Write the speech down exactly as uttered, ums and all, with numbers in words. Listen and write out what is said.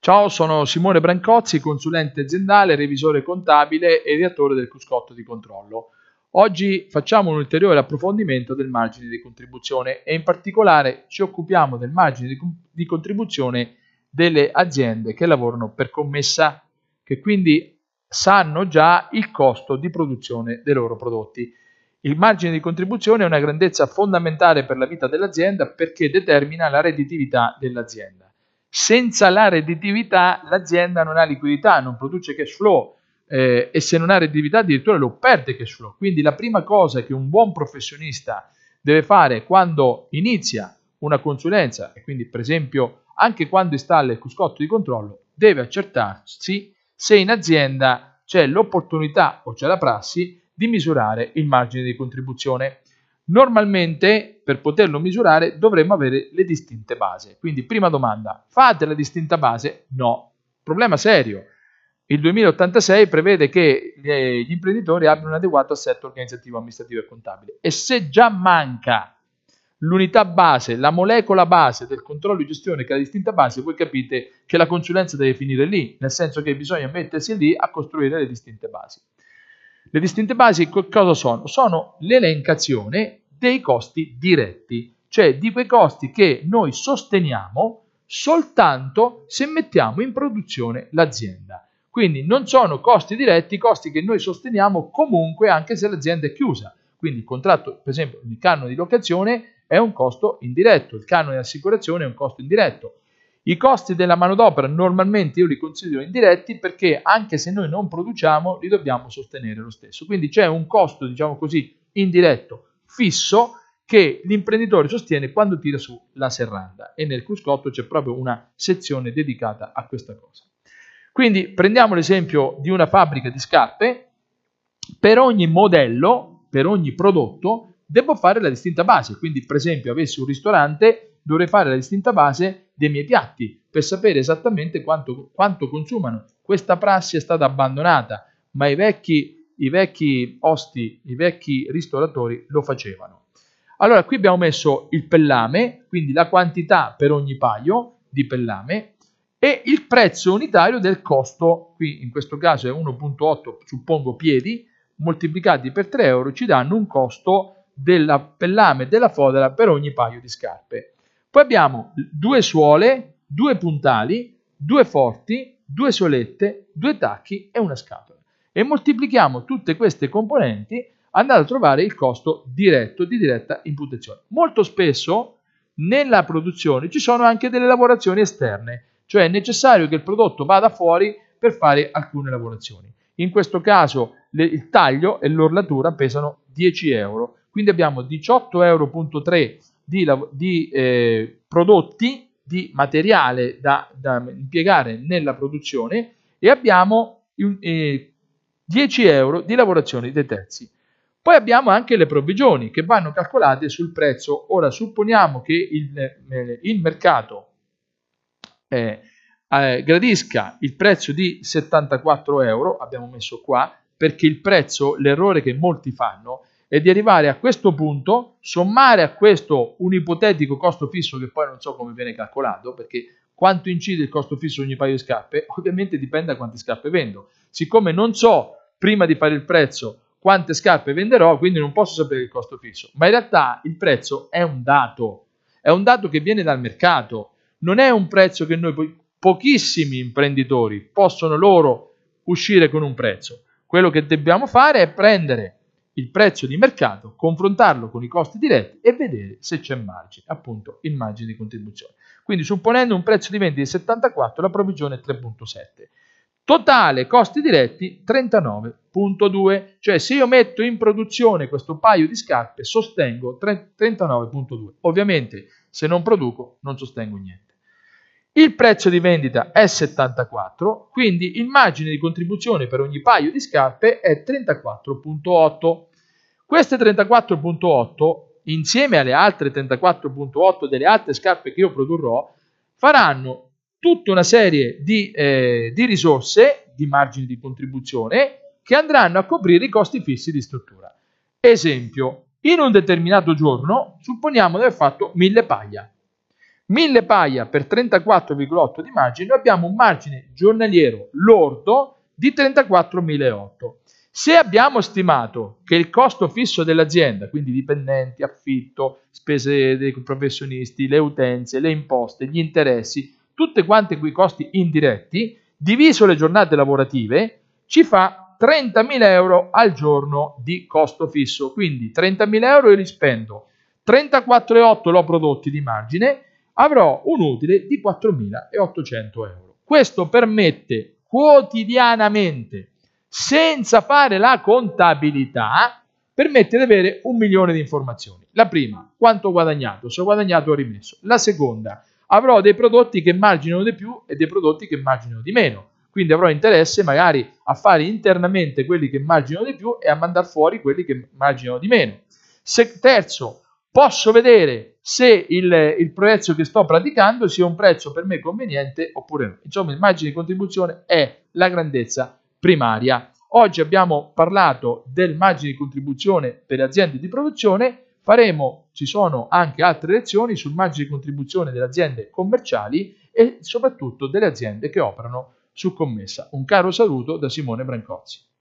Ciao, sono Simone Brancozzi, consulente aziendale, revisore contabile e redattore del cruscotto di controllo. Oggi facciamo un ulteriore approfondimento del margine di contribuzione e in particolare ci occupiamo del margine di, di contribuzione delle aziende che lavorano per commessa, che quindi sanno già il costo di produzione dei loro prodotti. Il margine di contribuzione è una grandezza fondamentale per la vita dell'azienda perché determina la redditività dell'azienda. Senza la redditività l'azienda non ha liquidità, non produce cash flow eh, e se non ha redditività addirittura lo perde cash flow. Quindi la prima cosa che un buon professionista deve fare quando inizia una consulenza e quindi per esempio anche quando installa il cruscotto di controllo deve accertarsi se in azienda c'è l'opportunità o c'è la prassi di misurare il margine di contribuzione. Normalmente per poterlo misurare dovremmo avere le distinte base. Quindi prima domanda, fate la distinta base? No. Problema serio. Il duemilaottantasei prevede che gli imprenditori abbiano un adeguato assetto organizzativo, amministrativo e contabile. E se già manca l'unità base, la molecola base del controllo di gestione che è la distinta base, voi capite che la consulenza deve finire lì, nel senso che bisogna mettersi lì a costruire le distinte basi. Le distinte basi cosa sono? Sono l'elencazione dei costi diretti, cioè di quei costi che noi sosteniamo soltanto se mettiamo in produzione l'azienda. Quindi non sono costi diretti, costi che noi sosteniamo comunque anche se l'azienda è chiusa. Quindi il contratto, per esempio, il canone di locazione è un costo indiretto, il canone di assicurazione è un costo indiretto. I costi della manodopera normalmente io li considero indiretti perché anche se noi non produciamo li dobbiamo sostenere lo stesso. Quindi c'è un costo, diciamo così, indiretto, fisso, che l'imprenditore sostiene quando tira su la serranda e nel cruscotto c'è proprio una sezione dedicata a questa cosa. Quindi prendiamo l'esempio di una fabbrica di scarpe, per ogni modello, per ogni prodotto, devo fare la distinta base. Quindi per esempio avessi un ristorante, dovrei fare la distinta base dei miei piatti per sapere esattamente quanto, quanto consumano. Questa prassi è stata abbandonata, ma i vecchi, i vecchi osti, i vecchi ristoratori lo facevano. Allora qui abbiamo messo il pellame, quindi la quantità per ogni paio di pellame e il prezzo unitario del costo, qui in questo caso è uno virgola otto, suppongo piedi, moltiplicati per tre euro ci danno un costo della pellame e della fodera per ogni paio di scarpe. Poi abbiamo due suole, due puntali, due forti, due solette, due tacchi e una scatola. E moltiplichiamo tutte queste componenti andando a trovare il costo diretto di diretta imputazione. Molto spesso nella produzione ci sono anche delle lavorazioni esterne, cioè è necessario che il prodotto vada fuori per fare alcune lavorazioni. In questo caso le, il taglio e l'orlatura pesano dieci euro, quindi abbiamo diciotto virgola tre euro di, di eh, prodotti, di materiale da, da impiegare nella produzione e abbiamo eh, dieci euro di lavorazioni dei terzi. Poi abbiamo anche le provvigioni che vanno calcolate sul prezzo. Ora supponiamo che il, eh, il mercato eh, eh, gradisca il prezzo di settantaquattro euro, abbiamo messo qua, perché il prezzo, l'errore che molti fanno è di arrivare a questo punto, sommare a questo un ipotetico costo fisso che poi non so come viene calcolato, perché quanto incide il costo fisso ogni paio di scarpe, ovviamente dipende da quante scarpe vendo. Siccome non so prima di fare il prezzo quante scarpe venderò, quindi non posso sapere il costo fisso, ma in realtà il prezzo è un dato, è un dato che viene dal mercato, non è un prezzo che noi, pochissimi imprenditori possono loro uscire con un prezzo. Quello che dobbiamo fare è prendere il prezzo di mercato, confrontarlo con i costi diretti e vedere se c'è margine, appunto il margine di contribuzione. Quindi supponendo un prezzo di vendita di settantaquattro, la provvigione è tre virgola sette. Totale costi diretti trentanove virgola due, cioè se io metto in produzione questo paio di scarpe sostengo trentanove virgola due. Ovviamente se non produco non sostengo niente. Il prezzo di vendita è settantaquattro, quindi il margine di contribuzione per ogni paio di scarpe è trentaquattro virgola otto. Queste trentaquattro virgola otto, insieme alle altre trentaquattro virgola otto delle altre scarpe che io produrrò, faranno tutta una serie di, eh, di risorse, di margini di contribuzione, che andranno a coprire i costi fissi di struttura. Esempio, in un determinato giorno, supponiamo di aver fatto mille paia. mille paia per trentaquattro virgola otto di margine, noi abbiamo un margine giornaliero lordo di trentaquattromilaottocento. Se abbiamo stimato che il costo fisso dell'azienda, quindi dipendenti, affitto, spese dei professionisti, le utenze, le imposte, gli interessi, tutte quante quei costi indiretti, diviso le giornate lavorative, ci fa trentamila euro al giorno di costo fisso. Quindi trentamila euro io li spendo, trentaquattro virgola otto l'ho prodotti di margine, avrò un utile di quattromilaottocento euro. Questo permette quotidianamente, senza fare la contabilità, permette di avere un milione di informazioni. La prima, quanto ho guadagnato, se ho guadagnato ho rimesso. La seconda, avrò dei prodotti che marginano di più e dei prodotti che marginano di meno. Quindi avrò interesse magari a fare internamente quelli che marginano di più e a mandare fuori quelli che marginano di meno. Se, terzo, posso vedere se il, il prezzo che sto praticando sia un prezzo per me conveniente oppure no. Insomma, il margine di contribuzione è la grandezza primaria. Oggi abbiamo parlato del margine di contribuzione per le aziende di produzione, faremo, ci sono anche altre lezioni sul margine di contribuzione delle aziende commerciali e soprattutto delle aziende che operano su commessa. Un caro saluto da Simone Brancozzi.